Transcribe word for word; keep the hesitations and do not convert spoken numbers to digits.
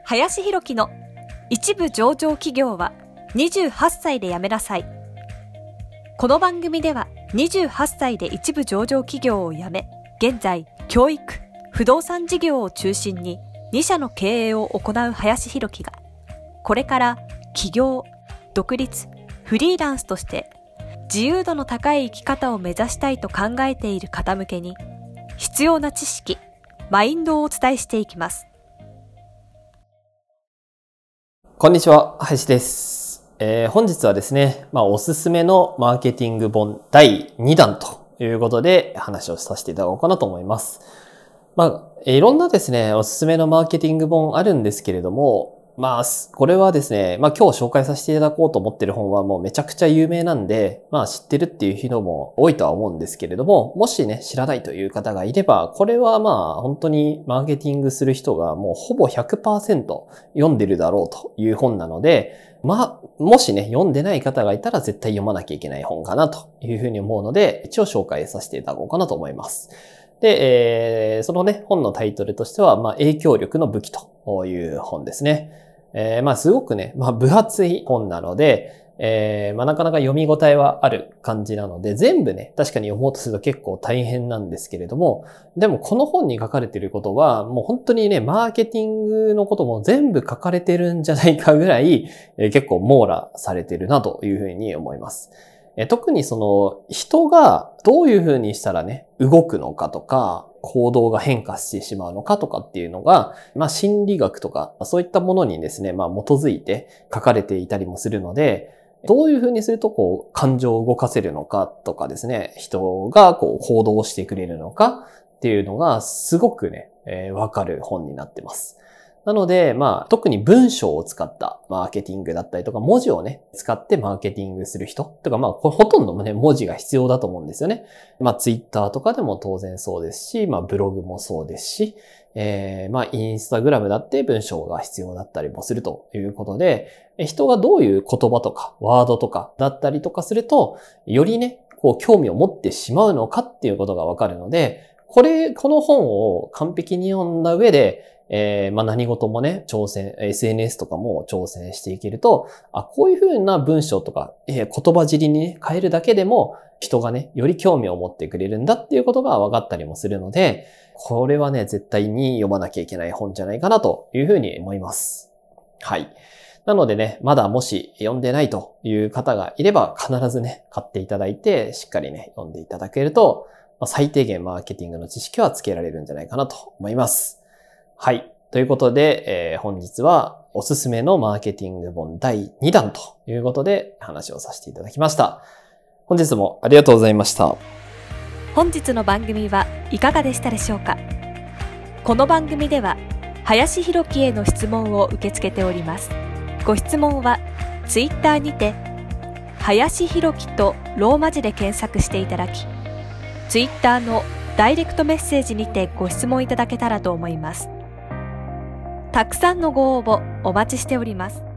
林弘樹の一部上場企業はにじゅうはっさいで辞めなさい。この番組ではにじゅうはっさいで一部上場企業を辞め、現在教育、不動産事業を中心にに社の経営を行う林弘樹が、これから起業、独立、フリーランスとして自由度の高い生き方を目指したいと考えている方向けに、必要な知識、マインドをお伝えしていきます。 こんにちは、林です。えー、本日はですね、まあ、おすすめのマーケティング本だいにだんということで話をさせていただこうかなと思います。まあ、いろんなですね、おすすめのマーケティング本あるんですけれども、まあ、これはですね、まあ今日紹介させていただこうと思っている本はもうめちゃくちゃ有名なんで、まあ知ってるっていう人も多いとは思うんですけれども、もしね、知らないという方がいれば、これはまあ本当にマーケティングする人がもうほぼ ひゃくパーセント 読んでるだろうという本なので、まあ、もしね、読んでない方がいたら絶対読まなきゃいけない本かなというふうに思うので、一応紹介させていただこうかなと思います。で、えー、そのね、本のタイトルとしては、まあ影響力の武器という本ですね。えー、まあすごくね、まあ分厚い本なので、えー、まあなかなか読み応えはある感じなので、全部ね、確かに読もうとすると結構大変なんですけれども、でもこの本に書かれていることは、もう本当にね、マーケティングのことも全部書かれてるんじゃないかぐらい、えー、結構網羅されてるなというふうに思います。えー、特にその人がどういうふうにしたらね、動くのかとか、行動が変化してしまうのかとかっていうのが、まあ心理学とかそういったものにですね、まあ基づいて書かれていたりもするので、どういうふうにするとこう感情を動かせるのかとかですね、人がこう行動してくれるのかっていうのがすごくね、えー、わかる本になってます。なので、まあ、特に文章を使ったマーケティングだったりとか、文字をね、使ってマーケティングする人とか、まあ、ほとんどね、文字が必要だと思うんですよね。まあ、ツイッターとかでも当然そうですし、まあ、ブログもそうですし、えー、まあ、インスタグラムだって文章が必要だったりもするということで、人がどういう言葉とか、ワードとかだったりとかすると、よりね、こう、興味を持ってしまうのかっていうことがわかるので、これ、この本を完璧に読んだ上で、えー、まあ何事もね、挑戦、エスエヌエス とかも挑戦していけると、あ、こういう風な文章とか、えー、言葉尻に、ね、変えるだけでも、人がね、より興味を持ってくれるんだっていうことが分かったりもするので、これはね、絶対に読まなきゃいけない本じゃないかなという風に思います。はい。なのでね、まだもし読んでないという方がいれば、必ずね、買っていただいて、しっかりね、読んでいただけると、まあ、最低限マーケティングの知識はつけられるんじゃないかなと思います。はい。ということで、えー、本日はおすすめのマーケティング本だいにだんということで話をさせていただきました。本日もありがとうございました。 本日の番組はいかがでしたでしょうか。この番組では林弘樹への質問を受け付けております。ご質問はツイッターにて林弘樹とローマ字で検索していただき、ツイッターのダイレクトメッセージにてご質問いただけたらと思います。たくさんのご応募お待ちしております。